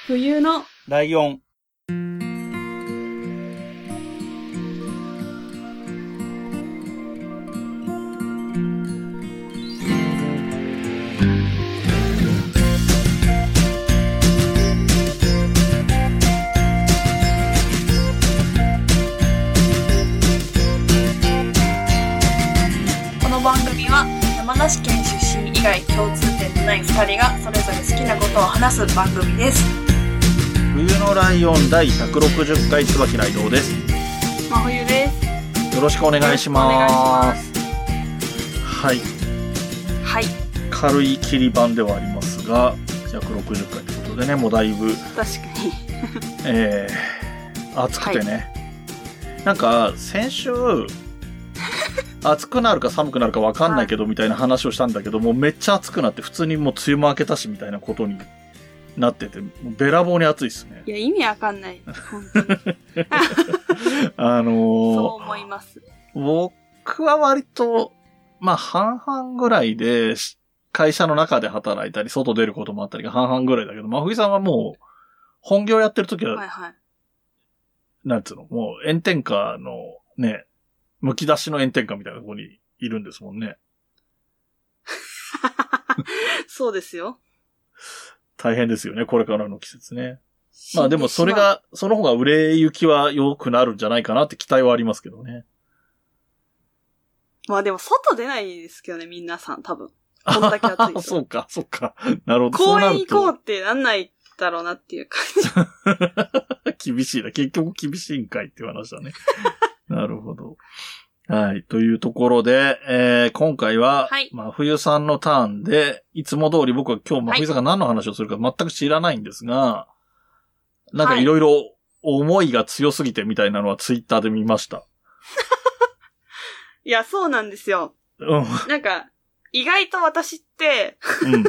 冬のライオン。 この番組は山梨県出身以外共通点のない2人がそれぞれ好きなことを話す番組です。 冬のライオン第160回椿雷道です。 真冬です。 よろしくお願いします。はい。 はい。 軽い切り版ではありますが、160回ということでね、もうだいぶ。 確かに。 暑くてね。はい、なんか、先週、暑くなるか寒くなるか分かんないけどみたいな話をしたんだけど、もうめっちゃ暑くなって普通にもう梅雨も明けたしみたいなことになってて、べらぼうに暑いですね。 いや、意味わかんない。本当に。そう思います。 僕は割と、まあ半々ぐらいで、会社の中で働いたり、外出ることもあったりが半々ぐらいだけど、真冬さんはもう、本業やってるときは、 はいはい、 なんつうの、もう炎天下のね、剥き出しの炎天下みたいなところにいるんですもんね。 そうですよ。 大変ですよね、これからの季節ね。まあでもその方が売れ行きは良くなるんじゃないかなって期待はありますけどね。 まあでも外出ないですけどね、皆さん多分。こんだけ暑いと。 そうか、そうか。なるほど。 公園行こうってなんないだろうなっていう感じ。厳しいな。結局厳しいんかいっていう話だね。なるほど。はい。というところで、今回は、はい、真冬さんのターンで、いつも通り僕は今日真冬さんが何の話をするか全く知らないんですが、なんかいろいろ思いが強すぎてみたいなのはツイッターで見ました。 いや、そうなんですよ。 うん。 なんか、意外と私って、うん、ち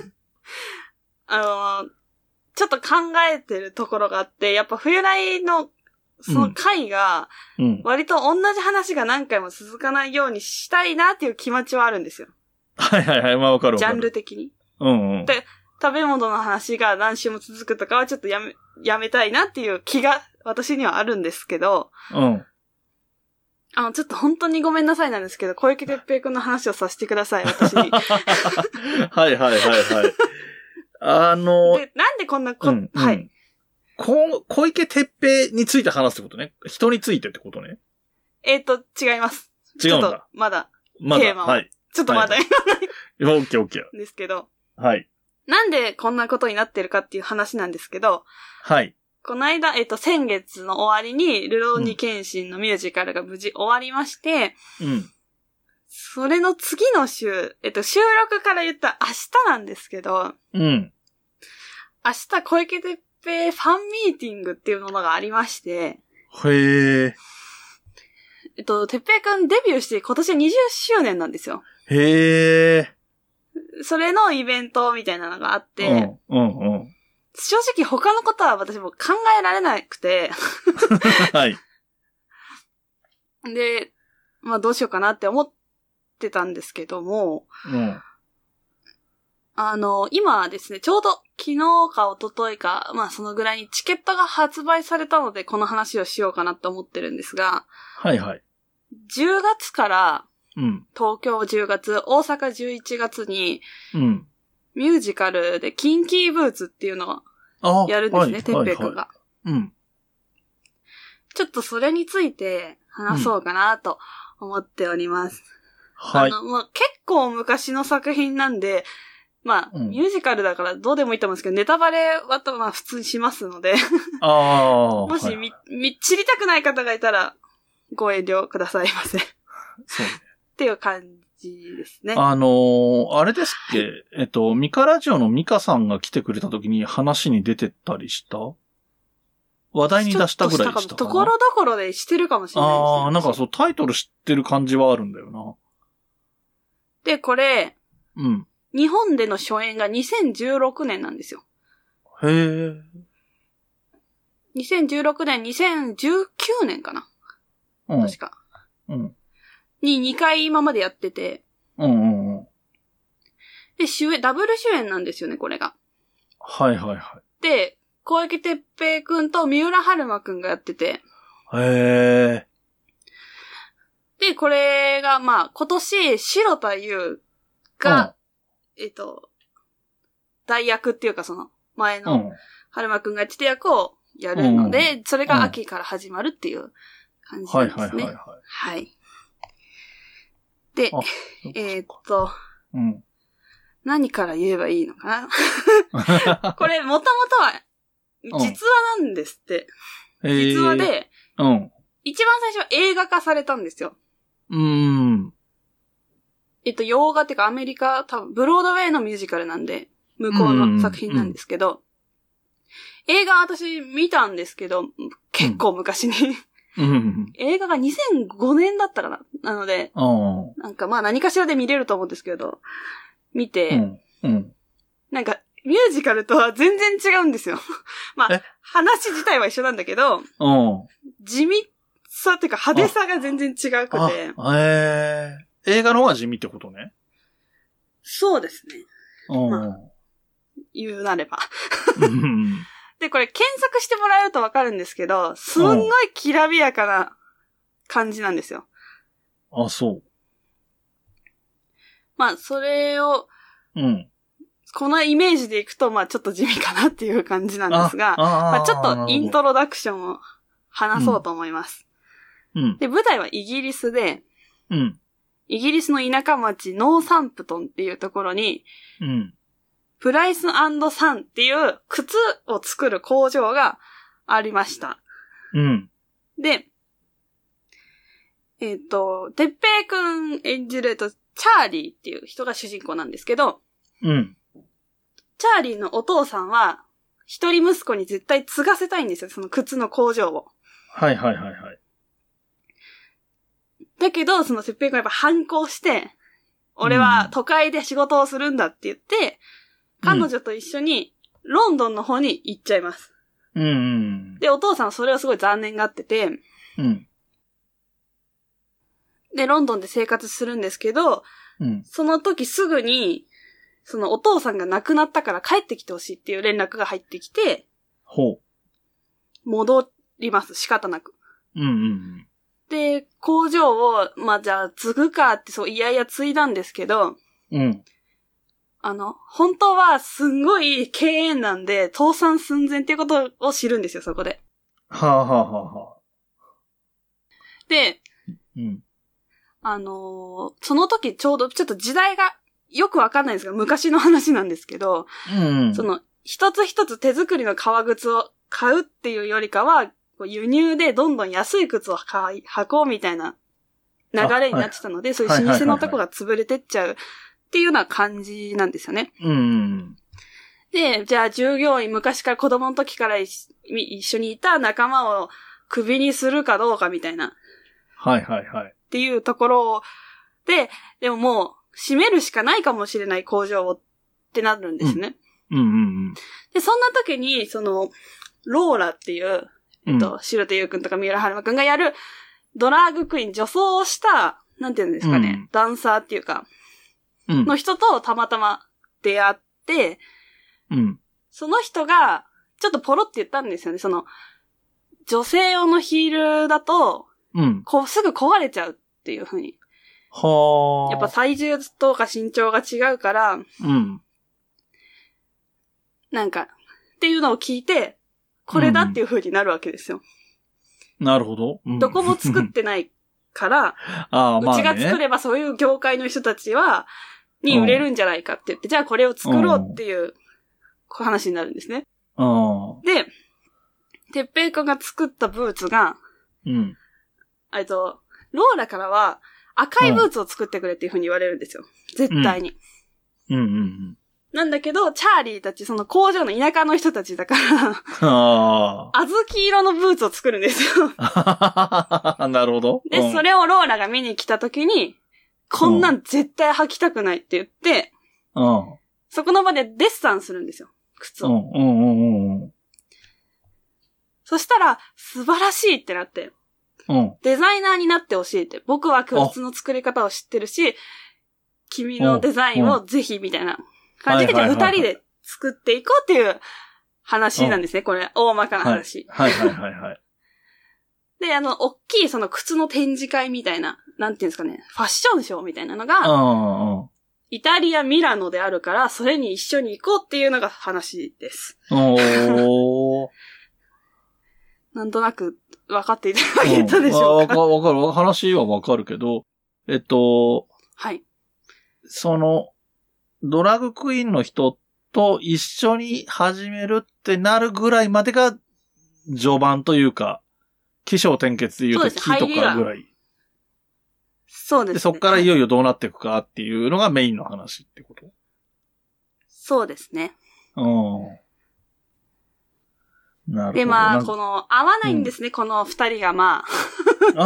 ょっと考えてるところがあって、やっぱ冬来のその回が、割と同じ話が何回も続かないようにしたいなっていう気持ちはあるんですよ。 はいはいはい、まあわかるわかる。 ジャンル的に。 うんうん。 で、食べ物の話が何週も続くとかはちょっとやめたいなっていう気が私にはあるんですけど、 うん。 ちょっと本当にごめんなさいなんですけど、小池徹平くんの話をさせてください、私に。 はいはいはいはい。 で、なんでこんなはい。 小池徹平について話すってことね。人についてってことね。 違います。 違うんだ。 ちょっと、まだ、テーマを。はい。ちょっとまだ言わない。 オッケーオッケー。 ですけど。 はい。 なんでこんなことになってるかっていう話なんですけど。 はい。 この間、先月の終わりに、るろうに剣心のミュージカルが無事終わりまして、 うん。 それの次の週、収録から言った明日なんですけど、 うん。 明日小池徹平ファンミーティングっていうものがありまして、 へー。 徹平くんデビューして今年20周年なんですよ。 へー。 それのイベントみたいなのがあって、 うんうんうん。 正直他のことは私も考えられなくて。 はい。 で、まあどうしようかなって思ってたんですけども、 うん、 今ですね、ちょうど昨日か一昨日か、まあそのぐらいにチケットが発売されたのでこの話をしようかなと思ってるんですが、 はいはい。 10月から、 うん、 東京10月、大阪11月に、 うん、 ミュージカルでキンキーブーツっていうのをやるんですね、てっぺいくんが。 うん。 ちょっとそれについて話そうかなと思っております。 はい。 まあ、結構昔の作品なんで、まあ、ミュージカルだからどうでもいいと思うんですけど、ネタバレはまあ普通にしますので。もし知りたくない方がいたら、ご遠慮くださいませ。 そうね。 っていう感じですね。 あれですっけ、はい、ミカラジオのミカさんが来てくれた時に話に出てたりした話題に出したぐらいでしたかな。 ところどころでしてるかもしれないですね。 なんかそうタイトル知ってる感じはあるんだよな。 で、これ、 うん。 日本での初演が2016年なんですよ。 へー。 2016年、2019年かな。 うん。 確か。 うん。 に2回今までやってて。 うんうんうん。 で、ダブル主演なんですよね、これが。 はいはいはい。 で、 小池徹平くんと三浦春馬くんがやってて。 へで、これが、まあ、今年、白田優が、代役っていうかその、前の春馬くんがやってた役をやるので、それが秋から始まるっていう感じなんですね。はい。で、何から言えばいいのかなこれ、もともとは、実話なんですって。実話で、一番最初は映画化されたんですよ。洋画っていうかアメリカ、多分、ブロードウェイのミュージカルなんで、向こうの作品なんですけど、映画私見たんですけど、結構昔に。映画が2005年だったかな。なので、なんかまあ何かしらで見れると思うんですけど、見て、なんかミュージカルとは全然違うんですよ。まあ話自体は一緒なんだけど、地味さっていうか派手さが全然違くて。 映画の方が地味ってことね。 そうですね。まあ、言うなれば。で、これ検索してもらえるとわかるんですけど、すんごいきらびやかな感じなんですよ。 あ、そう。 まあ、それを、このイメージでいくと、まあ、ちょっと地味かなっていう感じなんですが、まあ、ちょっとイントロダクションを話そうと思います。で、舞台はイギリスで、イギリスの田舎町ノーサンプトンっていうところに、プライス&サンっていう靴を作る工場がありました。で、てっぺいくん演じるチャーリーっていう人が主人公なんですけど、チャーリーのお父さんは、一人息子に絶対継がせたいんですよ、その靴の工場を。だけど、そのてっぺいくんはやっぱ反抗して、俺は都会で仕事をするんだって言って、彼女と一緒にロンドンの方に行っちゃいます。で、お父さんはそれをすごい残念がってて、で、ロンドンで生活するんですけど、その時すぐに、そのお父さんが亡くなったから帰ってきてほしいっていう連絡が入ってきて、戻ります、仕方なく。で、工場を、まあ、じゃあ継ぐかってそういやいや継いだんですけど、本当はすんごい経営なんで、倒産寸前っていうことを知るんですよ、そこで。で、その時ちょうどちょっと時代がよくわかんないんですけど、昔の話なんですけど、その、一つ一つ手作りの革靴を買うっていうよりかは、輸入でどんどん安い靴を履こうみたいな流れになってたので、そういう老舗のとこが潰れてっちゃうっていうような感じなんですよね。で、じゃあ従業員、昔から子供の時から一緒にいた仲間をクビにするかどうかみたいな。っていうところで、でももう閉めるしかないかもしれない工場をってなるんですね。で、そんな時に、その、ローラっていう、白田優くんとか三浦春馬くんがやるドラァグクイーン、女装をした、なんていうんですかね、ダンサーっていうか、の人とたまたま出会って、その人が、ちょっとポロって言ったんですよね。その、女性用のヒールだと、すぐ壊れちゃうっていう風に。やっぱ体重とか身長が違うから、なんか、っていうのを聞いて、これだっていう風になるわけですよ。 なるほど。 どこも作ってないから、うちが作ればそういう業界の人たちに売れるんじゃないかって言って、じゃあこれを作ろうっていう話になるんですね。で、てっぺいくんが作ったブーツが、ローラからは赤いブーツを作ってくれっていう風に言われるんですよ。絶対に。なんだけど、チャーリーたち、その工場の田舎の人たちだから、小豆色のブーツを作るんですよ。 なるほど。 で、それをローラが見に来た時に、こんなん絶対履きたくないって言って、そこの場でデッサンするんですよ。靴を。そしたら、素晴らしいってなって、デザイナーになってほしいって、僕は靴の作り方を知ってるし、君のデザインをぜひみたいな感じで、じゃあ二人で作っていこうっていう話なんですね、これ。大まかな話。 はいはいはいはい。 で、大きいその靴の展示会みたいな、なんていうんですかね、ファッションショーみたいなのが、イタリア・ミラノであるから、それに一緒に行こうっていうのが話です。なんとなく分かっていただけたでしょうか。 わかる。話はわかるけど、 はい。 その、ドラッグクイーンの人と一緒に始めるってなるぐらいまでが序盤というか、起承転結で言うと木とかぐらい。 そうですね。 で、そっからいよいよどうなっていくかっていうのがメインの話ってこと？ そうですね。 なるほど。 で、まあ、合わないんですね、この二人がまあ。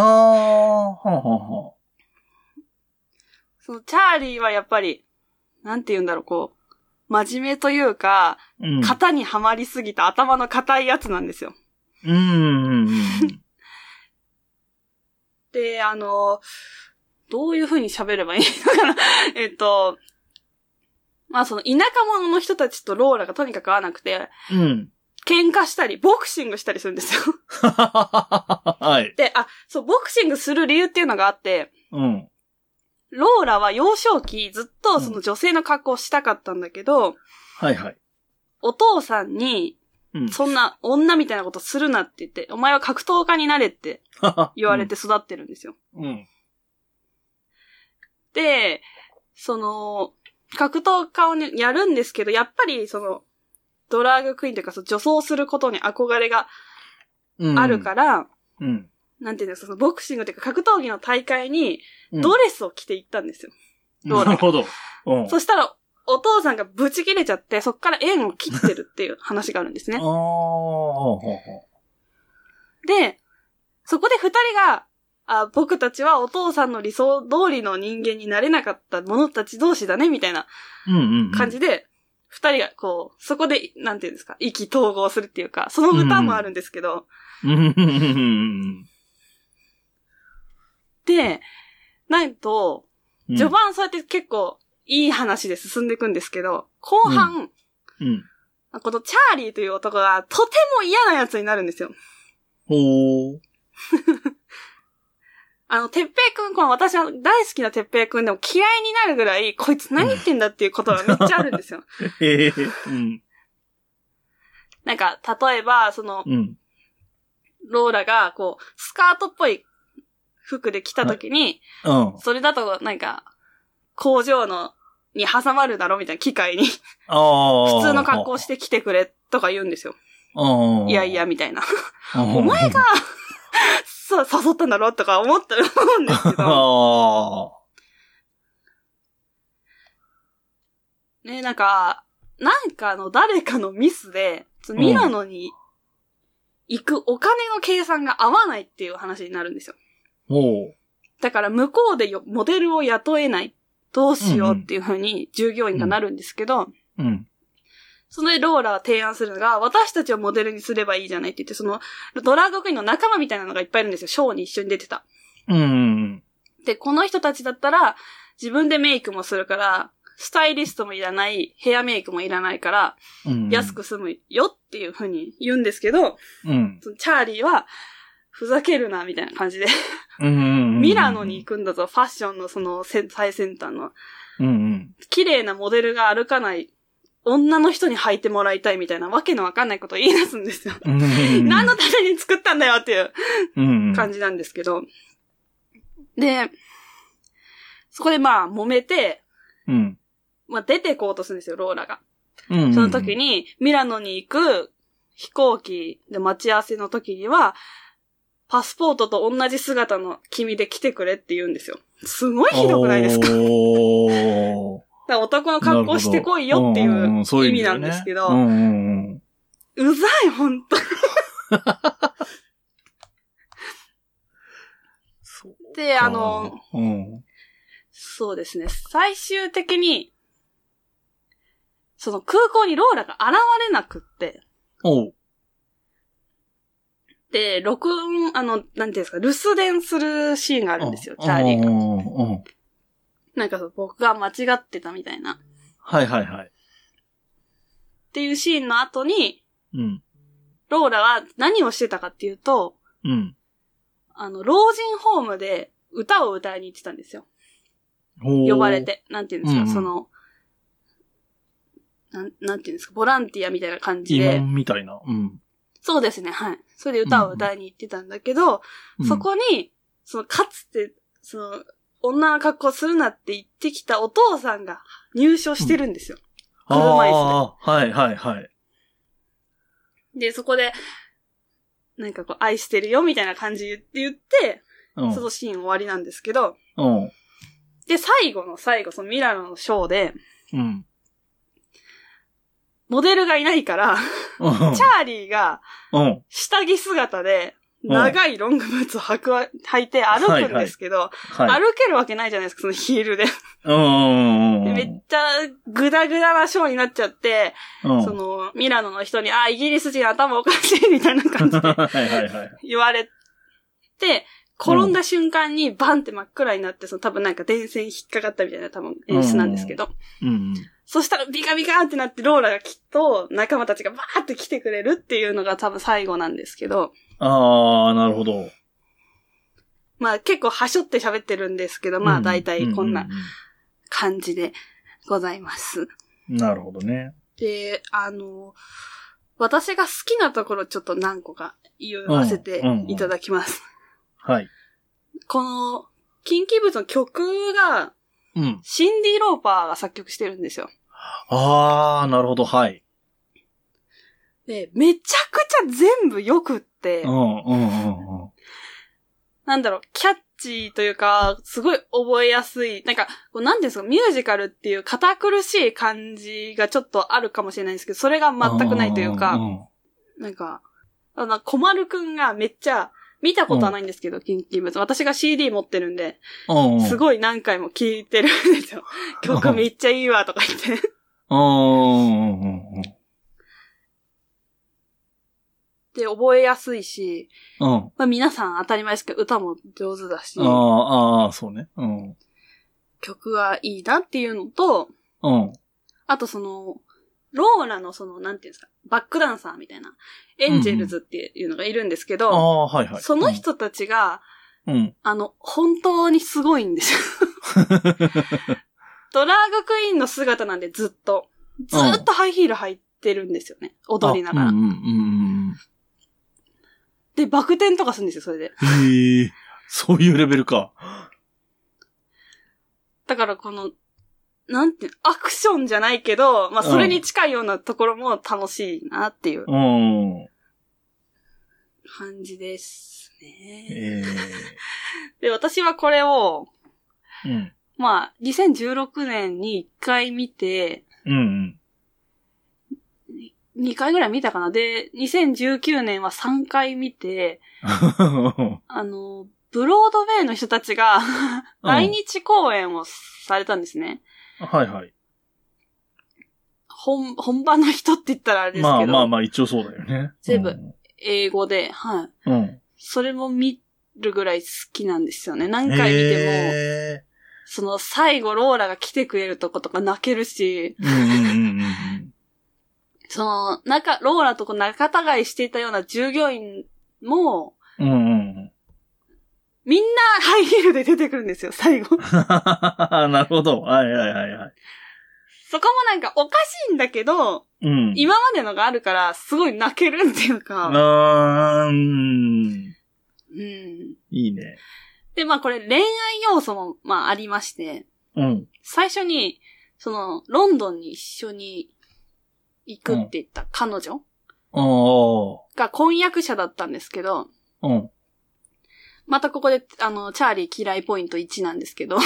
そのチャーリーはやっぱり、なんて言うんだろう、真面目というか、型にはまりすぎた頭の固いやつなんですよ。で、どういう風に喋ればいいのかなまあその田舎者の人たちとローラがとにかく合わなくて、喧嘩したり、ボクシングしたりするんですよ。 はい。 で、そう、ボクシングする理由っていうのがあって、ローラは幼少期ずっとその女性の格好をしたかったんだけど、 はいはい。 お父さんに、そんな女みたいなことするなって言って、お前は格闘家になれって言われて育ってるんですよ。で、その、格闘家をやるんですけど、やっぱりその、ドラァグクイーンというか、女装することに憧れがあるから、なんていうんですか、そのボクシングというか格闘技の大会にドレスを着て行ったんですよ。 なるほど。 そしたら、お父さんがブチ切れちゃって、そっから縁を切ってるっていう話があるんですね。で、そこで二人が、僕たちはお父さんの理想通りの人間になれなかった者たち同士だね、みたいな感じで、二人がそこで、なんていうんですか、意気投合するっていうか、その歌もあるんですけど、で、なんと、序盤そうやって結構いい話で進んでいくんですけど、後半、このチャーリーという男がとても嫌な奴になるんですよ。てっぺいくん、私は大好きなてっぺいくんでも嫌いになるぐらい、こいつ何言ってんだっていうことがめっちゃあるんですよ。なんか、例えば、ローラが、スカートっぽい服で来た時に、それだと、なんか、工場に挟まるだろみたいな機械に。普通の格好して来てくれとか言うんですよ。いやいや、みたいな。お前が、そう、誘ったんだろとか思うんですけど。ね、なんか誰かのミスで、ミラノに行くお金の計算が合わないっていう話になるんですよ。だから向こうでモデルを雇えない。どうしようっていう風に従業員がなるんですけど、それでローラは提案するのが、私たちをモデルにすればいいじゃないって言って、そのドラァグクイーンの仲間みたいなのがいっぱいいるんですよ。ショーに一緒に出てた。で、この人たちだったら、自分でメイクもするから、スタイリストもいらない、ヘアメイクもいらないから、安く済むよっていう風に言うんですけど、そのチャーリーは、ふざけるな、みたいな感じで。ミラノに行くんだぞ、ファッションのその最先端の。綺麗なモデルが歩かない女の人に履いてもらいたいみたいなわけのわかんないことを言い出すんですよ。何のために作ったんだよっていう感じなんですけど。で、そこでまあ揉めて、まあ出てこうとするんですよ、ローラが。その時にミラノに行く飛行機で待ち合わせの時には、パスポートと同じ姿の君で来てくれって言うんですよ。すごいひどくないですか？だから男の格好してこいよっていう意味なんですけど、うざい、ほんとに。で、そうですね、最終的に、その空港にローラが現れなくって、で、録音、なんていうんですか、留守電するシーンがあるんですよ、チャーリーが。なんか僕が間違ってたみたいな。 はいはいはい。 っていうシーンの後に、 うん。 ローラは何をしてたかっていうと、 うん。 老人ホームで歌を歌いに行ってたんですよ。呼ばれて。なんていうんですか、なんていうんですか、ボランティアみたいな感じで。 慰問みたいな。うん。 そうですね、はい。それで歌を歌いに行ってたんだけど、そこに、かつて、女の格好するなって言ってきたお父さんが入所してるんですよ。車椅子で。 はいはいはい。 で、そこで、なんか愛してるよみたいな感じで言って、そのシーン終わりなんですけど、で、最後、ミラノのショーで、モデルがいないから、チャーリーが、下着姿で、長いロングブーツを履いて歩くんですけど、歩けるわけないじゃないですか、そのヒールで。めっちゃグダグダなショーになっちゃって、ミラノの人に、イギリス人頭おかしいみたいな感じで言われて、転んだ瞬間にバンって真っ暗になって、多分なんか電線引っかかったみたいな多分演出なんですけど。そしたらビカビカってなってローラがきっと仲間たちがバーって来てくれるっていうのが多分最後なんですけど。 なるほど。 まあ結構はしょって喋ってるんですけど、まあ大体こんな感じでございます。 なるほどね。 で、私が好きなところちょっと何個か言わせていただきます。 はい。 この、キンキーブーツの曲が、シンディ・ローパーが作曲してるんですよ。 なるほど、はい。 で、めちゃくちゃ全部良くって、なんだろう、キャッチーというか、すごい覚えやすい、なんか、なんですか、ミュージカルっていう堅苦しい感じがちょっとあるかもしれないんですけど、それが全くないというか、なんか、小丸くんがめっちゃ、見たことはないんですけど、キンキーブーツ。私が CD 持ってるんで、すごい何回も聴いてるんですよ。曲めっちゃいいわ、とか言って。で、覚えやすいし、まあ皆さん当たり前ですけど、歌も上手だし、 そうね。 曲はいいなっていうのと、あとローラのなんていうんですか、バックダンサーみたいな、エンジェルズっていうのがいるんですけど、その人たちが、本当にすごいんですよ。ドラァグクイーンの姿なんでずっとハイヒール履いてるんですよね。踊りながら。で、バク転とかするんですよ、それで。 そういうレベルか。 だからなんて、アクションじゃないけど、まあ、それに近いようなところも楽しいなっていう感じですね。で、私はこれを、まあ、2016年に1回見て、2回ぐらい見たかな。で、2019年は3回見て、ブロードウェイの人たちが来日公演をされたんですね。 はいはい。 本場の人って言ったらあれですけど。 まあ、一応そうだよね。 全部、英語で、はい。それも見るぐらい好きなんですよね。何回見ても、最後ローラが来てくれるとことか泣けるし、ローラと仲違いしていたような従業員も、みんなハイヒールで出てくるんですよ、最後。 なるほど。はい。 そこもなんかおかしいんだけど、今までのがあるから、すごい泣けるっていうか。 いいね。 で、まあこれ恋愛要素も、まあありまして、最初に、ロンドンに一緒に行くって言った彼女が婚約者だったんですけど、またここで、チャーリー嫌いポイント1なんですけど、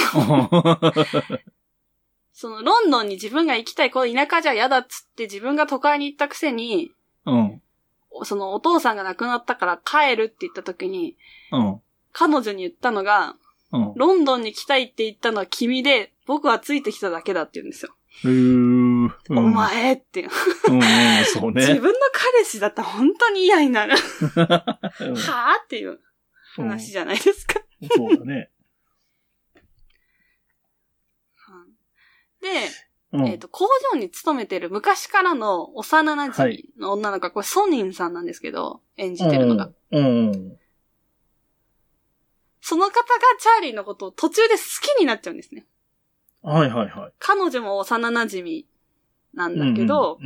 ロンドンに自分が行きたい、この田舎じゃ嫌だっつって自分が都会に行ったくせに、お父さんが亡くなったから帰るって言った時に、彼女に言ったのが、ロンドンに来たいって言ったのは君で、僕はついてきただけだって言うんですよ。お前っていう。 そうね。 自分の彼氏だったら本当に嫌になる。はぁっていう話じゃないですか。 そうだね。 で、 工場に勤めてる昔からの幼馴染の女の子、これソニンさんなんですけど、演じてるのが。その方がチャーリーのことを途中で好きになっちゃうんですね。 はいはいはい。 彼女も幼馴染なんだけど、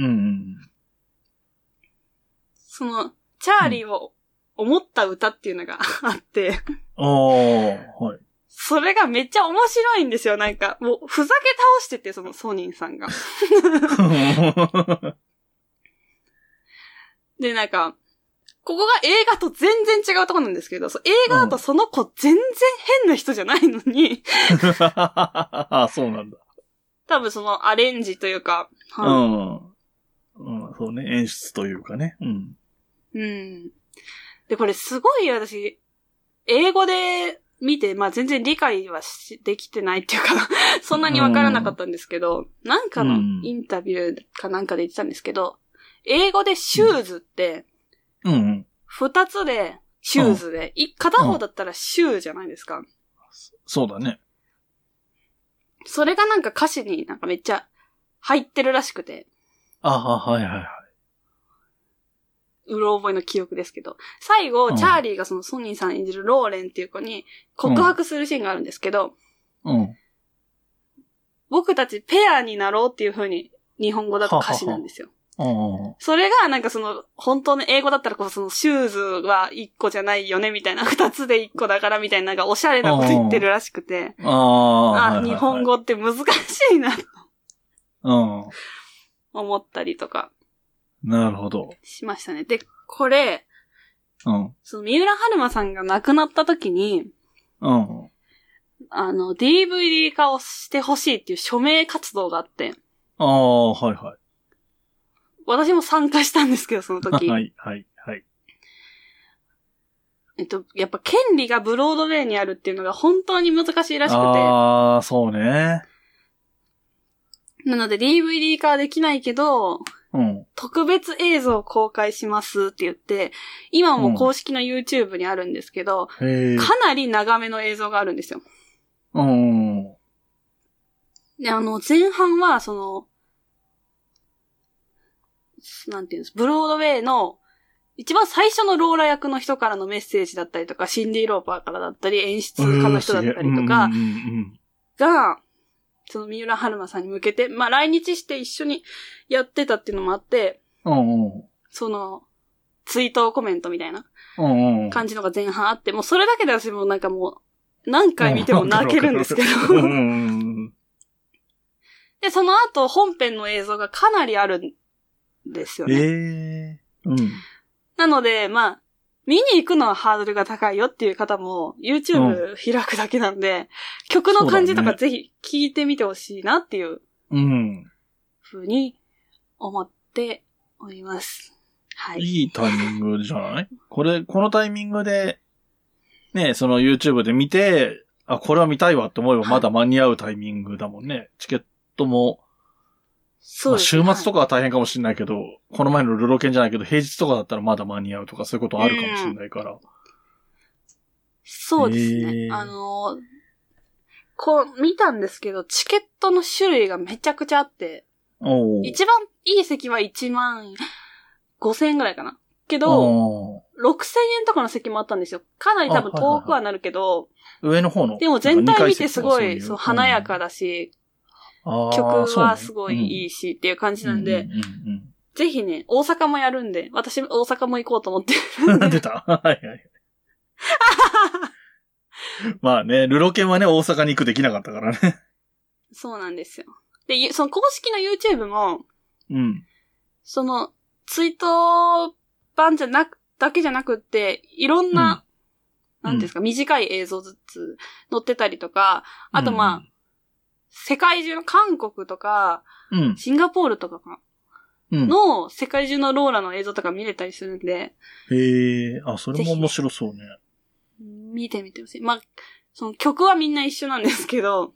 その、チャーリーを思った歌っていうのがあって、 はい。 それがめっちゃ面白いんですよ。なんか、もう、ふざけ倒してて、そのソニンさんが。で、なんか、ここが映画と全然違うところなんですけど、映画だとその子全然変な人じゃないのに。 あ、そうなんだ。 多分そのアレンジというか。 そうね。演出というかね。 で、これすごい私、英語で見て、まあ全然理解はできてないっていうか、そんなにわからなかったんですけど、なんかのインタビューかなんかで言ってたんですけど、英語でシューズって、二つでシューズで、片方だったらシューじゃないですか。 そうだね。 それがなんか歌詞になんかめっちゃ入ってるらしくて。 はいはいはい。 うろ覚えの記憶ですけど。最後、チャーリーがそのソニーさん演じるローレンっていう子に告白するシーンがあるんですけど、僕たちペアになろうっていう風に日本語だと歌詞なんですよ。それがなんかその本当の英語だったらそのシューズは1個じゃないよねみたいな、2つで1個だからみたいななんかおしゃれなこと言ってるらしくて、日本語って難しいなと思ったりとか。 なるほど。 しましたね。で、これ、その三浦春馬さんが亡くなった時に、DVD 化をしてほしいっていう署名活動があって、 はいはい。 私も参加したんですけど、その時。 はいはいはい。 やっぱ権利がブロードウェイにあるっていうのが本当に難しいらしくて。 そうね。 なので DVD 化はできないけど、特別映像を公開しますって言って、今も公式の YouTube にあるんですけど、かなり長めの映像があるんですよ。で、前半は、なんていうんです、ブロードウェイの、一番最初のローラ役の人からのメッセージだったりとか、シンディ・ローパーからだったり、演出家の人だったりとか、が、その三浦春馬さんに向けて、まあ来日して一緒にやってたっていうのもあって、その、追悼コメントみたいな感じのが前半あって、もうそれだけで私もなんかもう、何回見ても泣けるんですけど。で、その後本編の映像がかなりあるんですよね。なので、まあ、見に行くのはハードルが高いよっていう方も YouTube 開くだけなんで、曲の感じとかぜひ聞いてみてほしいなっていう風に思っております。はい。 いいタイミングじゃない？このタイミングでね、その YouTube で見て、これは見たいわって思えばまだ間に合うタイミングだもんね。チケットもそうです、週末とかは大変かもしれないけど、この前のルロケンじゃないけど、平日とかだったらまだ間に合うとかそういうことあるかもしれないから。 そうですね。見たんですけど、チケットの種類がめちゃくちゃあって、一番いい席は15,000円ぐらいかな。けど、6,000円とかの席もあったんですよ。かなり多分遠くはなるけど、 上の方の。 でも全体見てすごい華やかだし、曲はすごいいいしっていう感じなんで、ぜひね、大阪もやるんで、私大阪も行こうと思ってる。 出たはいはい。まあね、ルロケンはね、大阪に行くできなかったからね。 そうなんですよ。で、その公式の YouTube も、その、追悼版だけじゃなくって、いろんな、なんていうんですか、短い映像ずつ載ってたりとか、あとまあ、世界中の韓国とか、シンガポールとかの世界中のローラの映像とか見れたりするんで。 それも面白そうね。 見てみてほしい。まあ、その曲はみんな一緒なんですけど、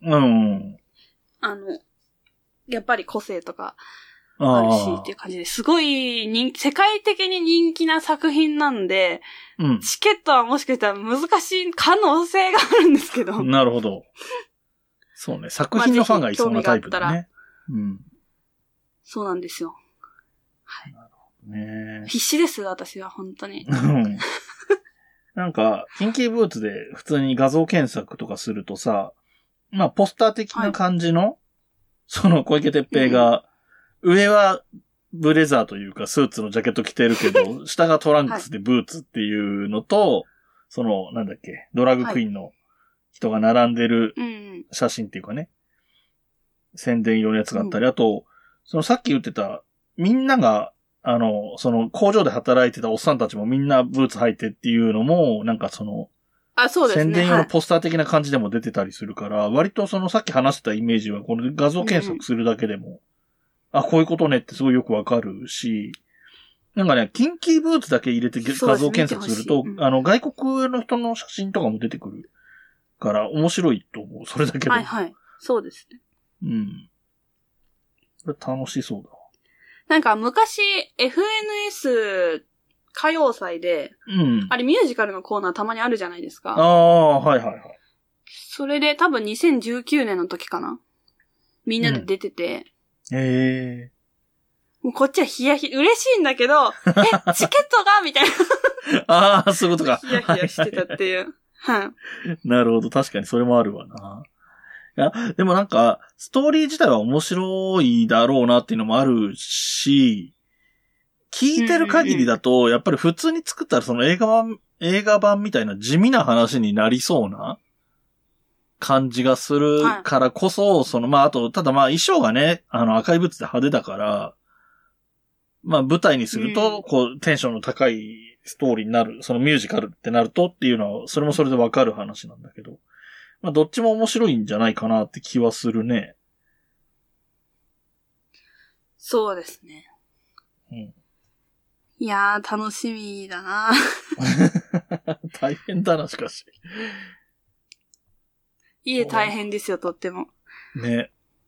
やっぱり個性とかあるしっていう感じですごい世界的に人気な作品なんで、チケットはもしかしたら難しい可能性があるんですけど。 なるほど。そうね。作品のファンがいそうなタイプだね。 うん。 そうなんですよ。はい。 なるほどね。 必死です、私は、本当に。 なんか、キンキーブーツで普通に画像検索とかするとさ、まあ、ポスター的な感じの、はい、その小池徹平が、上はブレザーというかスーツのジャケット着てるけど、下がトランクスでブーツっていうのと、その、なんだっけ、ドラッグクイーンの人が並んでる写真っていうかね、宣伝用のやつがあったり、あと、そのさっき言ってた、みんなが、その工場で働いてたおっさんたちもみんなブーツ履いてっていうのも、なんかその、 そうですね。 宣伝用のポスター的な感じでも出てたりするから、割とそのさっき話してたイメージは、この画像検索するだけでも、こういうことねってすごいよくわかるし、なんかね、キンキーブーツだけ入れて画像検索すると、外国の人の写真とかも出てくるから面白いと思う。それだけで。 はいはい。そうですね。 うん。これ楽しそうだわ。 なんか昔、FNS 歌謡祭で、あれミュージカルのコーナーたまにあるじゃないですか。 はいはいはい。 それで多分2019年の時かな。みんなで出てて。もうこっちは嬉しいんだけど、チケットがみたいな。そういうことか。 ヒヤヒヤしてたっていう。はい。 なるほど。確かにそれもあるわな。いや、でもなんか、ストーリー自体は面白いだろうなっていうのもあるし、聞いてる限りだと、やっぱり普通に作ったらその映画版みたいな地味な話になりそうな感じがするからこそ、あと、ただ衣装がね、赤いブーツで派手だから、舞台にすると、テンションの高いストーリーになる、そのミュージカルってなるとっていうのは、それもそれでわかる話なんだけど、どっちも面白いんじゃないかなって気はするね。 そうですね。 うん。 いやー、楽しみだな大変だな、しかし。 大変ですよ、とっても。 ね。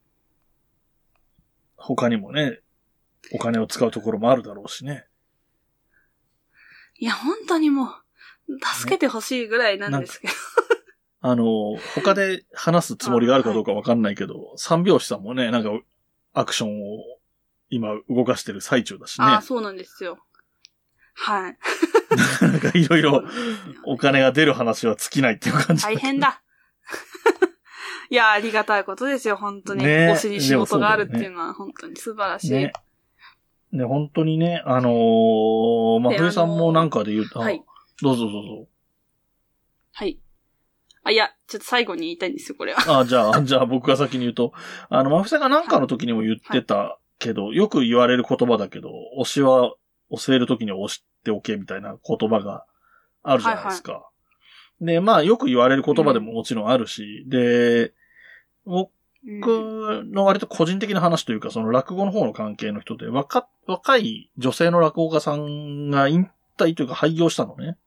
他にもね、お金を使うところもあるだろうしね。 いや、本当にもう、助けてほしいぐらいなんですけど。 他で話すつもりがあるかどうかわかんないけど、三拍子さんもね、なんか、アクションを今動かしてる最中だしね。 そうなんですよ。はい。 なんかいろいろお金が出る話は尽きないっていう感じ。 大変だ。いや、ありがたいことですよ、本当に。推しに仕事があるっていうのは本当に素晴らしい。ね。 本当にね、冬さんもなんかで言うと、はい。どうぞ。 はい。いや、ちょっと最後に言いたいんですよ、これは。 じゃあ僕が先に言うと、真冬さんがなんかの時にも言ってたけど、よく言われる言葉だけど、推しは教える時には推しておけみたいな言葉があるじゃないですか。で、よく言われる言葉でももちろんあるし、で、僕の割と個人的な話というか、その落語の方の関係の人で、若い女性の落語家さんが引退というか廃業したのね。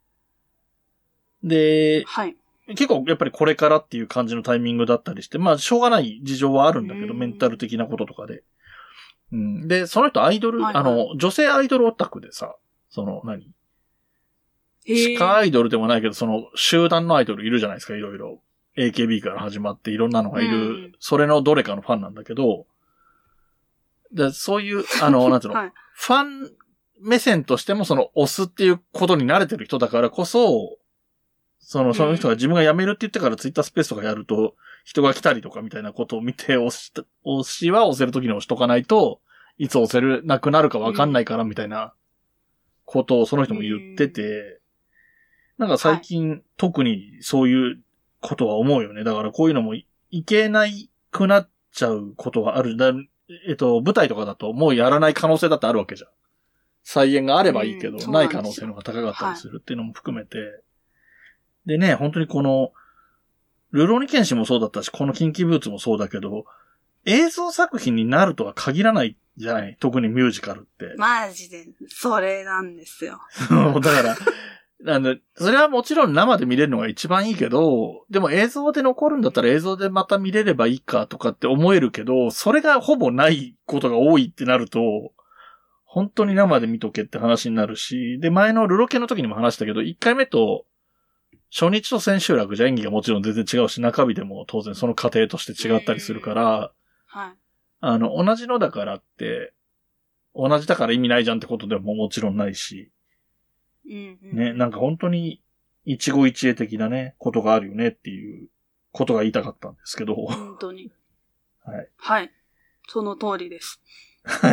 で、 はい。 結構やっぱりこれからっていう感じのタイミングだったりして、しょうがない事情はあるんだけど、メンタル的なこととかで。で、その人アイドル、女性アイドルオタクでさ、地下アイドルでもないけど、集団のアイドルいるじゃないですか、いろいろ。AKB から始まっていろんなのがいる、それのどれかのファンなんだけど、でそういう、なんていうの、はい、ファン目線としても推すっていうことに慣れてる人だからこそ、その人が自分が辞めるって言ってからツイッタースペースとかやると、人が来たりとかみたいなことを見て、推しは押せるときに押しとかないと、いつ押せるなくなるかわかんないからみたいなことをその人も言ってて、なんか最近、特にそういうことは思うよね。だからこういうのもいけないくなっちゃうことがある。舞台とかだともうやらない可能性だってあるわけじゃん。再演があればいいけど、ない可能性の方が高かったりするっていうのも含めて。でね、本当にこの、ルローニケンシンもそうだったし、このキンキーブーツもそうだけど、映像作品になるとは限らないじゃない。特にミュージカルって。 マジで、それなんですよ。 だから、それはもちろん生で見れるのが一番いいけど、でも映像で残るんだったら映像でまた見れればいいかとかって思えるけど、それがほぼないことが多いってなると、本当に生で見とけって話になるし、で、前のルロケの時にも話したけど、1回目と初日と千秋楽じゃ演技がもちろん全然違うし、中日でも当然その過程として違ったりするから、 はい。 同じのだからって、同じだから意味ないじゃんってことでももちろんないし、ね、なんか本当に一期一会的なね、ことがあるよねっていうことが言いたかったんですけど。 本当に。 はい。 はい。その通りです。 はい。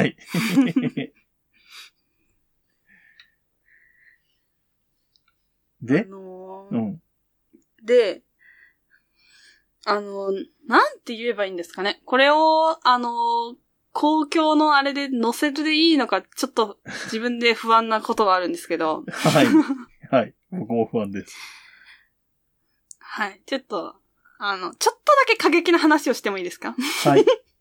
で、 で、なんて言えばいいんですかね。これを、公共のあれで載せるでいいのか、ちょっと自分で不安なことがあるんですけど。 はい。はい。僕も不安です。 はい。ちょっとだけ過激な話をしてもいいですか？ はい。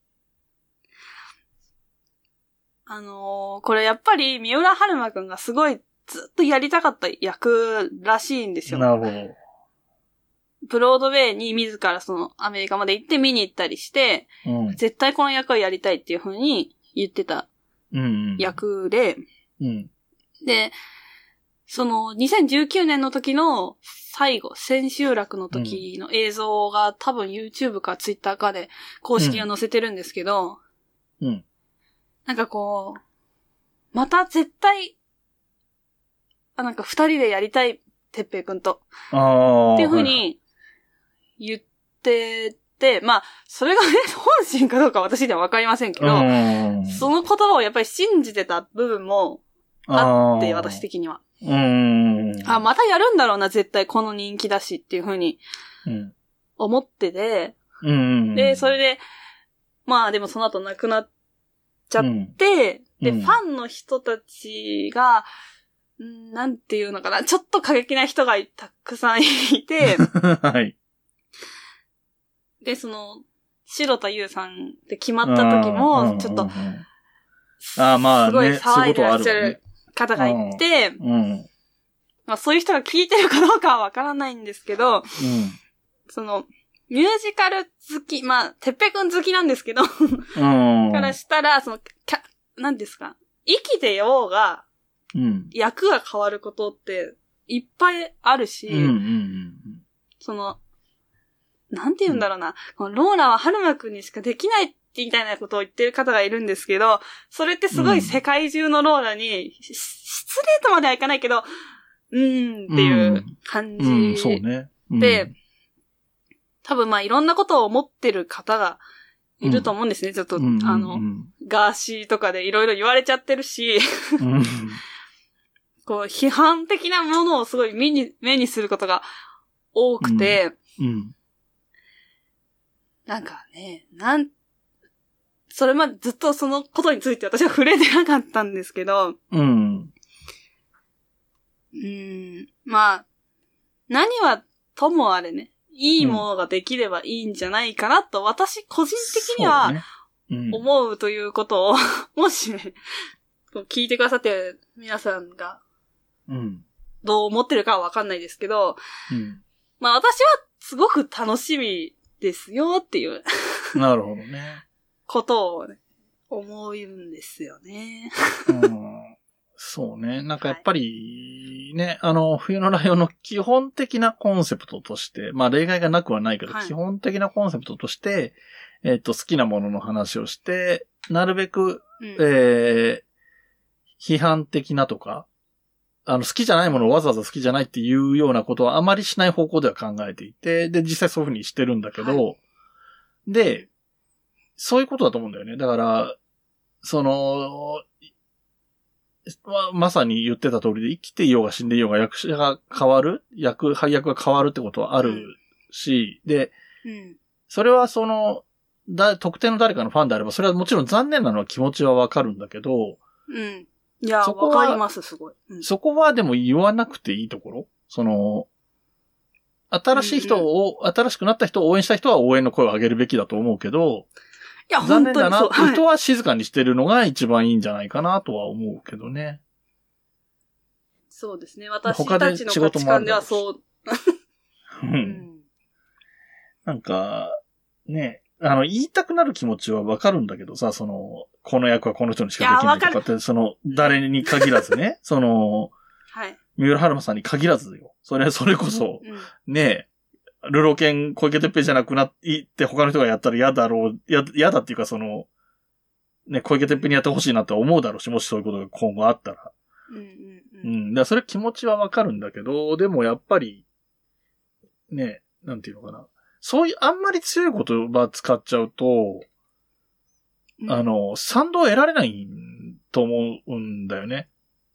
これやっぱり三浦春馬くんがすごいずっとやりたかった役らしいんですよ。 なるほど。 ブロードウェイに自らアメリカまで行って見に行ったりして、絶対この役をやりたいっていう風に言ってた役で、で、2019年の時の最後、千秋楽の時の映像が多分 YouTube か Twitter かで公式が載せてるんですけど、なんかこう、また絶対、なんか二人でやりたい、てっぺいくんと。っていう風に言ってて、まあ、それがね、本心かどうか私ではわかりませんけど、その言葉をやっぱり信じてた部分もあって、私的には。またやるんだろうな、絶対この人気だしっていう風に思ってて、で、それで、まあでもその後亡くなっちゃって、で、ファンの人たちが、なんていうのかな、ちょっと過激な人がたくさんいて、 はい。 で、白田優さんで決まった時も、ちょっと、 まあ、 すごい騒いでらっしゃる方がいて、まあそういう人が聞いてるかどうかはわからないんですけど、ミュージカル好き、まあ、てっぺくん好きなんですけど、からしたら、何ですか、生きてようが、役が変わることっていっぱいあるし、なんて言うんだろうな、このローラは春馬くんにしかできないみたいなことを言ってる方がいるんですけど、それってすごい世界中のローラに、失礼とまではいかないけど、っていう感じそうね。 で、多分まあいろんなことを思ってる方がいると思うんですね。ちょっと、ガーシーとかでいろいろ言われちゃってるし、こう、批判的なものをすごい目にすることが多くて、なんかね、それまでずっとそのことについて私は触れてなかったんですけど、まあ、何はともあれね、いいものができればいいんじゃないかなと、私個人的には思うということを、もしね、聞いてくださってる皆さんが、どう思ってるかはわかんないですけど、まあ私はすごく楽しみですよっていう。 なるほどね。 ことをね、思うんですよね。 そうね。なんかやっぱり、ね、冬のライオンの基本的なコンセプトとして、まあ例外がなくはないけど、基本的なコンセプトとして、好きなものの話をして、なるべく、批判的なとか、好きじゃないものをわざわざ好きじゃないっていうようなことはあまりしない方向では考えていて、で、実際そういうふうにしてるんだけど、で、そういうことだと思うんだよね。だから、まさに言ってた通りで生きていようが死んでいようが役者が変わる、配役が変わるってことはあるし、で、それは特定の誰かのファンであれば、それはもちろん残念なのは気持ちはわかるんだけど、 いや、わかります、すごい。 そこはでも言わなくていいところ？新しくなった人を応援した人は応援の声を上げるべきだと思うけど、 いや、 残念だな。人は静かにしてるのが一番いいんじゃないかなとは思うけどね。 そうですね。私たちの価値観ではそう。 なんか、ね、言いたくなる気持ちはわかるんだけどさ、この役はこの人にしかできないとかって、誰に限らずね、 はい。 三浦春馬さんに限らずよ。それこそ、ね、ルロケン小池徹平じゃなくなって他の人がやったら嫌だっていうかね、小池徹平にやってほしいなって思うだろうし、もしそういうことが今後あったら。だからそれ気持ちはわかるんだけど、でもやっぱり、ね、なんていうのかな。そういう、あんまり強い言葉使っちゃうと、賛同を得られないと思うんだよね。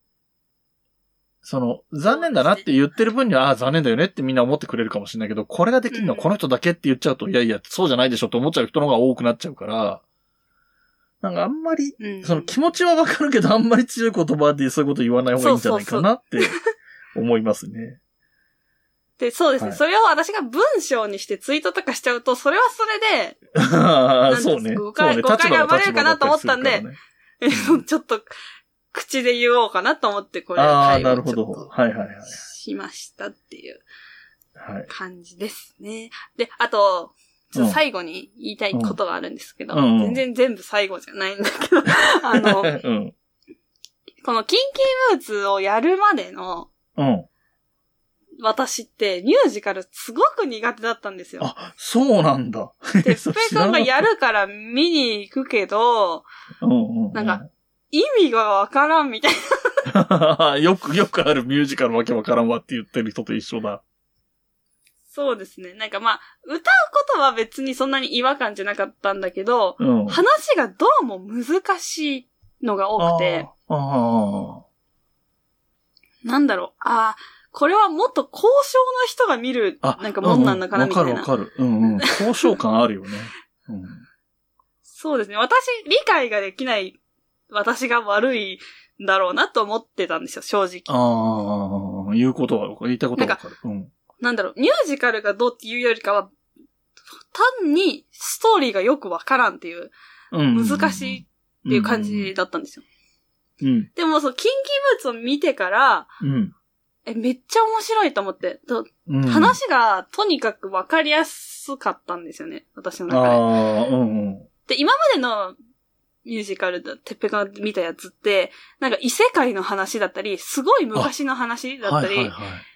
残念だなって言ってる分には、残念だよねってみんな思ってくれるかもしれないけど、これができるのはこの人だけって言っちゃうと、いやいや、そうじゃないでしょって思っちゃう人の方が多くなっちゃうから、なんかあんまり、気持ちはわかるけど、あんまり強い言葉でそういうこと言わない方がいいんじゃないかなって思いますね。 で、そうですね、はい。それを私が文章にしてツイートとかしちゃうと、それはそれで、 そうね。 誤解が生まれるかなと思ったんで、ちょっと、口で言おうかなと思って、これをなるほど。はいはいはい。 しましたっていう感じですね。で、あと、ちょっと最後に言いたいことがあるんですけど、全然全部最後じゃないんだけど、このキンキーブーツをやるまでの、私ってミュージカルすごく苦手だったんですよ。 あ、そうなんだ。 で、スペ君がやるから見に行くけど、なんか、意味がわからんみたいな。よくあるミュージカルわけわからんわって言ってる人と一緒だ。 そうですね。なんかまあ、歌うことは別にそんなに違和感じゃなかったんだけど、話がどうも難しいのが多くて、なんだろう、これはもっと交渉の人が見る、なんかもんなんだかなみたいな。 わかる。交渉感あるよね。 そうですね。理解ができない私が悪いんだろうなと思ってたんですよ、正直。 言いたいことはわかる。 なんだろう、ミュージカルがどうっていうよりかは、単にストーリーがよくわからんっていう、難しいっていう感じだったんですよ。でもキンキーブーツを見てから、めっちゃ面白いと思って、話がとにかくわかりやすかったんですよね、私の中で。で、今までのミュージカルてっぺが見たやつって、なんか異世界の話だったり、すごい昔の話だったり、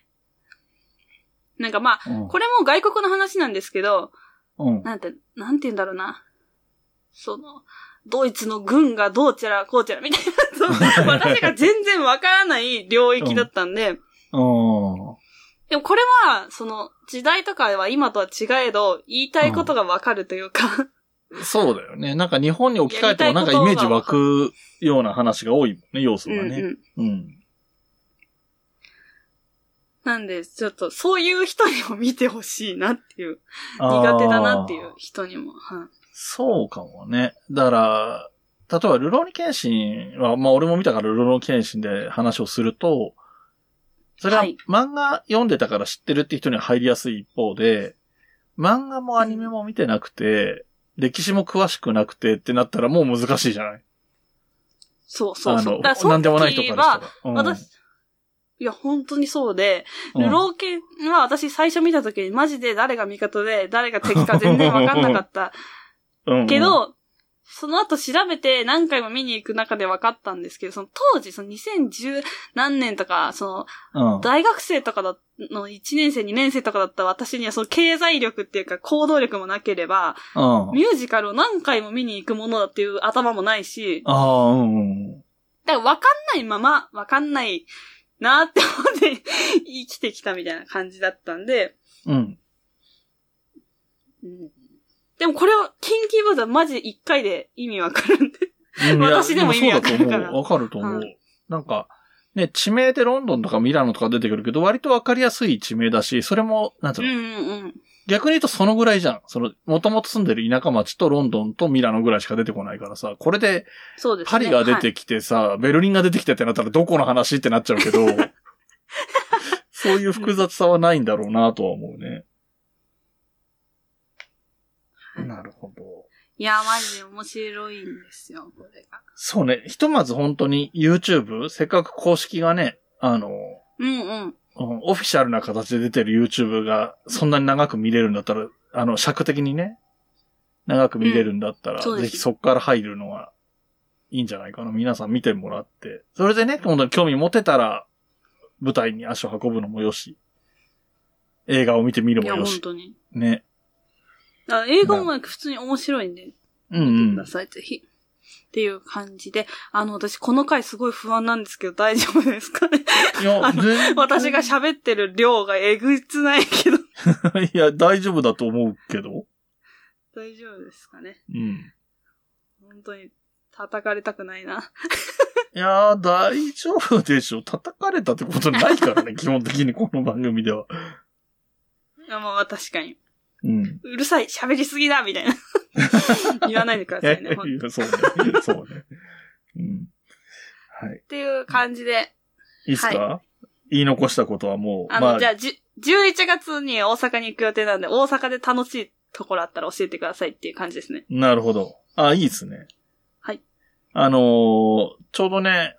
なんかまあ、これも外国の話なんですけど、なんて言うんだろうな。ドイツの軍がどうちゃらこうちゃらみたいな、私が全然わからない領域だったんで、でもこれは、時代とかは今とは違えど、言いたいことがわかるというか、 そうだよね。なんか日本に置き換えてもなんかイメージ湧くような話が多いもんね、要素がね。 なんで、ちょっとそういう人にも見てほしいなっていう、苦手だなっていう人にも。 そうかもね。だから、例えばルローニケンシンは、まあ俺も見たからルローニケンシンで話をすると、それは漫画読んでたから知ってるって人には入りやすい一方で、漫画もアニメも見てなくて、歴史も詳しくなくてってなったらもう難しいじゃない？ そう。 なんでもない人からしたら。 私、いや、本当にそうで、ルローケンは私最初見た時にマジで誰が味方で誰が敵か全然わかんなかった。けど、その後調べて何回も見に行く中で分かったんですけど、当時2010何年とか、大学生とかの1年生2年生とかだった私には経済力っていうか行動力もなければ、ミュージカルを何回も見に行くものだっていう頭もないし、だから分かんないまま分かんないなって思って生きてきたみたいな感じだったんで、でもこれを、キンキーブーツはマジで1回で意味わかるんで。私でも意味わかるから。 わかると思う。なんか、ね、地名でロンドンとかミラノとか出てくるけど、割とわかりやすい地名だし、それも、なんつうの、逆に言うとそのぐらいじゃん。もともと住んでる田舎町とロンドンとミラノぐらいしか出てこないからさ、これで、パリが出てきてさ、ベルリンが出てきてってなったらどこの話ってなっちゃうけど、そういう複雑さはないんだろうなとは思うね。なるほど。 いや、マジで面白いんですよ、これが。 そうね。ひとまず本当に YouTube、せっかく公式がね、オフィシャルな形で出てる YouTube がそんなに長く見れるんだったら、尺的にね、長く見れるんだったら、ぜひそこから入るのはいいんじゃないかな。皆さん見てもらって。それでね、本当に興味持てたら、舞台に足を運ぶのもよし、映画を見てみるもよし。いや、 本当に。 ね。 映画も普通に面白いんで、見てください、ぜひ。 っていう感じで、私この回すごい不安なんですけど大丈夫ですかね。 いや、 私が喋ってる量がえぐつないけど。 いや、大丈夫だと思うけど。 大丈夫ですかね。 うん。 本当に叩かれたくないな。 いやー、大丈夫でしょ。叩かれたってことないからね、基本的にこの番組では。 まあ確かに。 うん。 うるさい、喋りすぎだみたいな。言わないでくださいね。 そうね。そうね。うん。はい。 っていう感じで。 いいっすか、はい、言い残したことはもう。 じゃあ、11月に大阪に行く予定なんで、大阪で楽しいところあったら教えてくださいっていう感じですね。 なるほど。いいっすね。 はい。 ちょうどね、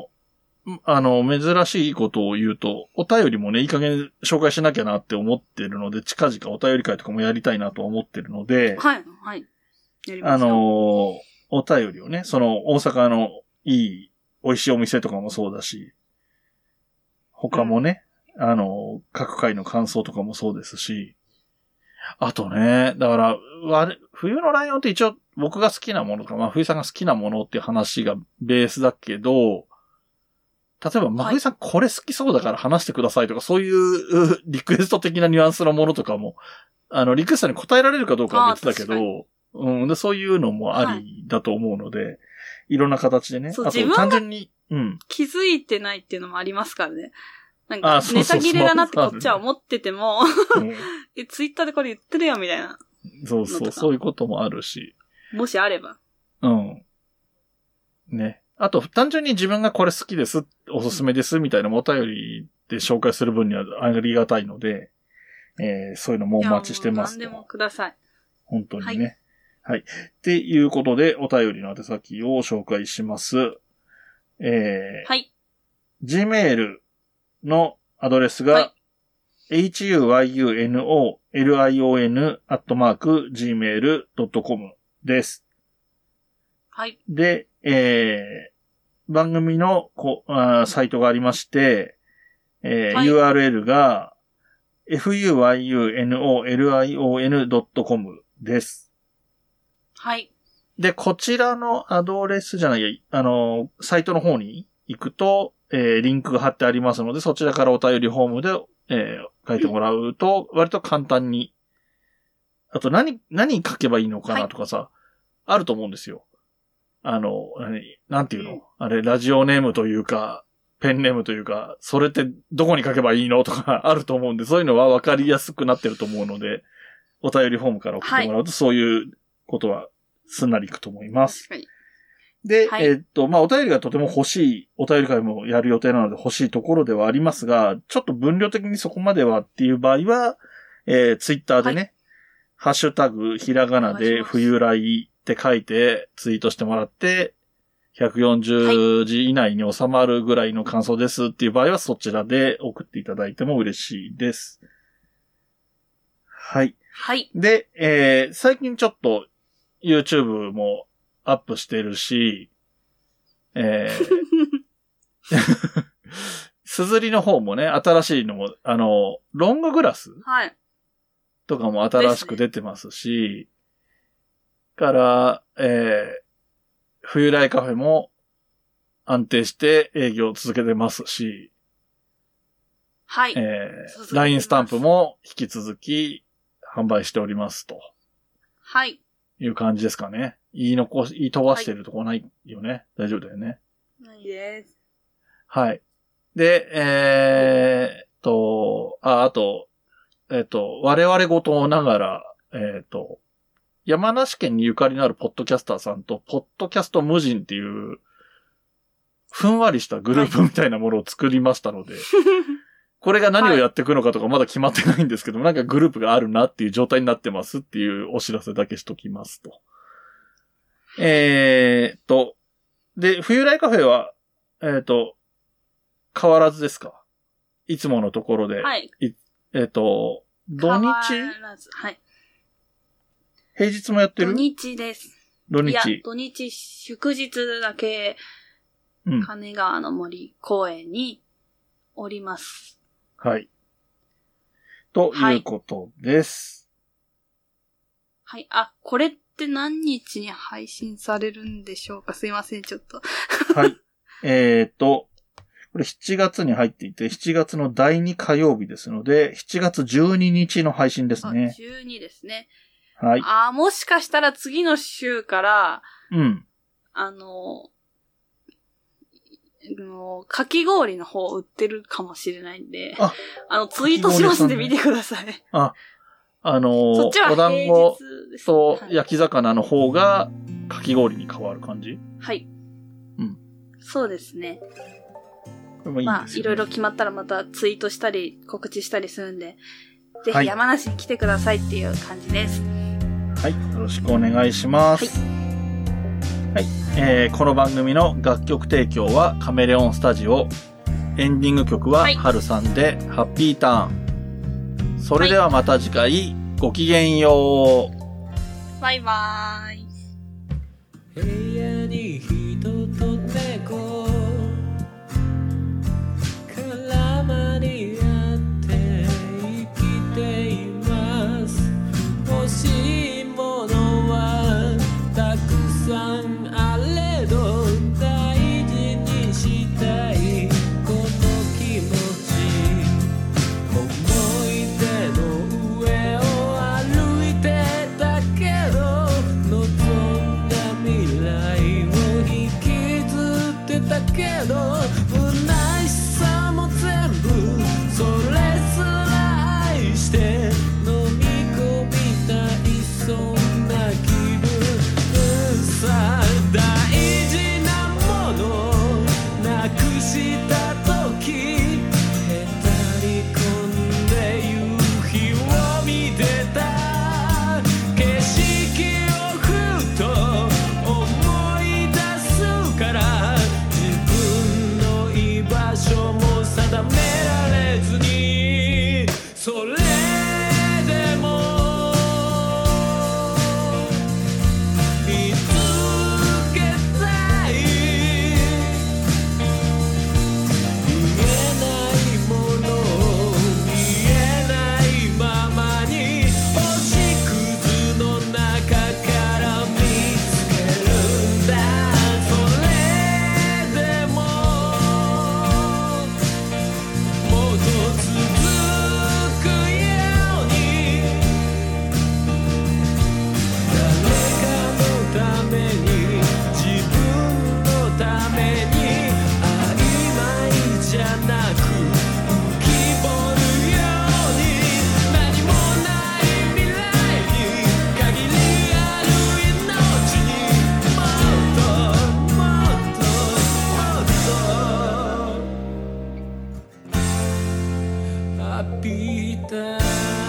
珍しいことを言うと、お便りもね、いい加減紹介しなきゃなって思ってるので、近々お便り会とかもやりたいなと思ってるので、 はい、はい。やりましょう。お便りをね、その大阪のいい、美味しいお店とかもそうだし、他もね、各回の感想とかもそうですし、あとね、だから、冬のライオンって一応僕が好きなものとか、まあ冬さんが好きなものっていう話がベースだけど、例えば、真冬さんこれ好きそうだから話してくださいとか、そういうリクエスト的なニュアンスのものとかも、リクエストに答えられるかどうかは別だけど、で、そういうのもありだと思うので、いろんな形でね。 そう、あと単純に、気づいてないっていうのもありますからね。なんか、ネタ切れだなってこっちは思ってても、ツイッターでこれ言ってるよみたいな。 そうそう、そういうこともあるし。 もしあれば。 うん。ね。あと、単純に自分がこれ好きです、おすすめですみたいなお便りで紹介する分にはありがたいので、そういうのもお待ちしてます。 何でもください。 本当にね。はい。っていうことで、お便りの宛先を紹介します。はい。Gmail のアドレスが、huyunolion@gmail.com です。 はい。 で、番組のサイトがありまして、URL が fuyunolion.com です。 はい。 で、こちらのアドレスじゃない、サイトの方に行くと、リンクが貼ってありますので、そちらからお便りフォームで、書いてもらうと、割と簡単に。あと何書けばいいのかなとかさ、あると思うんですよ。なんていうの、あれ、ラジオネームというか、ペンネームというか、それってどこに書けばいいのとかあると思うんで、そういうのは分かりやすくなってると思うので、お便りフォームから送ってもらうと、そういうことはすんなりいくと思います。 確かに。 で、まあ、お便りがとても欲しい、お便り会もやる予定なので欲しいところではありますが、ちょっと分量的にそこまではっていう場合は、ツイッターでね、ハッシュタグ、ひらがなで冬来って書いてツイートしてもらって、140字以内に収まるぐらいの感想ですっていう場合はそちらで送っていただいても嬉しいです。はい。 はい。 で、最近ちょっと YouTube もアップしてるし、すずりの方もね、新しいのも、ロンググラスとかも新しく出てますし、から、冬来カフェも安定して営業を続けてますし、 はい。 LINE スタンプも引き続き販売しておりますと。 はい。 いう感じですかね。言い飛ばしてるとこないよね。大丈夫だよね。 ないです。 はい。で、あと、我々ごとながら、山梨県にゆかりのあるポッドキャスターさんと、ポッドキャスト無人っていう、ふんわりしたグループみたいなものを作りましたので、これが何をやっていくのかとかまだ決まってないんですけど、なんかグループがあるなっていう状態になってますっていうお知らせだけしときますと。で、冬来カフェは、変わらずですか？いつものところで。 はい。 土日？ 変わらず。はい。 平日もやってる？ 土日です。 土日。 いや、土日祝日だけ、金川の森公園におります。 はい。ということです。 はい。あ、これっって何日に配信されるんでしょうか？すいません、ちょっと。 はい。これ7月に入っていて、7月の第2火曜日ですので、7月12日の配信ですね。 12ですね。 はい。 もしかしたら次の週から、 うん。 かき氷の方売ってるかもしれないんで、ツイートしますんで見てください。そっちはお団子と焼き魚の方がかき氷に変わる感じ？ はい。 うん。 そうですね。 これもいいですよね。 いろいろ決まったらまたツイートしたり告知したりするんで、ぜひ山梨に来てくださいっていう感じです。 はい。よろしくお願いします。はい。この番組の楽曲提供はカメレオンスタジオ。エンディング曲は春さんでハッピーターン。それではまた次回、ごきげんよう。バイバーイ。部屋に人と猫絡まり合って生きています。欲しいものはたくさんあれど大事にしたいこの気持ち。けど虚しさも全部それすら愛して飲み込みたいそんな気分さ。大事なものなくした時へたり込んで夕日を見てた景色をふと思い出すから場所も定められずにそれでも見つけたい見えないものを見えないままに星屑の中から見つけるんだ。ハッピーターン